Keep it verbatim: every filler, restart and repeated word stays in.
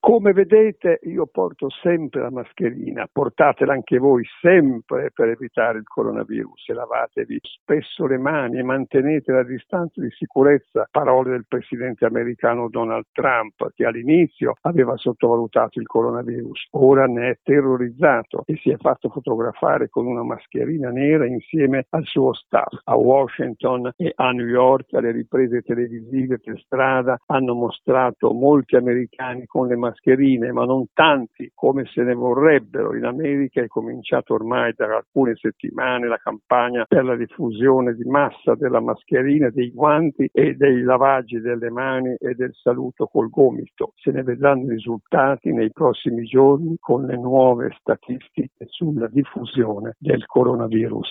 Come vedete io porto sempre la mascherina, portatela anche voi sempre per evitare il coronavirus e lavatevi spesso le mani e mantenete la distanza di sicurezza, parole del presidente americano Donald Trump, che all'inizio aveva sottovalutato il coronavirus, ora ne è terrorizzato e si è fatto fotografare con una mascherina nera insieme al suo staff. A Washington e a New York le riprese televisive per strada hanno mostrato molti americani con le mascherine, ma non tanti come se ne vorrebbero. In America è cominciato ormai da alcune settimane la campagna per la diffusione di massa della mascherina, dei guanti e dei lavaggi delle mani e del saluto col gomito. Se ne vedranno i risultati nei prossimi giorni con le nuove statistiche sulla diffusione del coronavirus.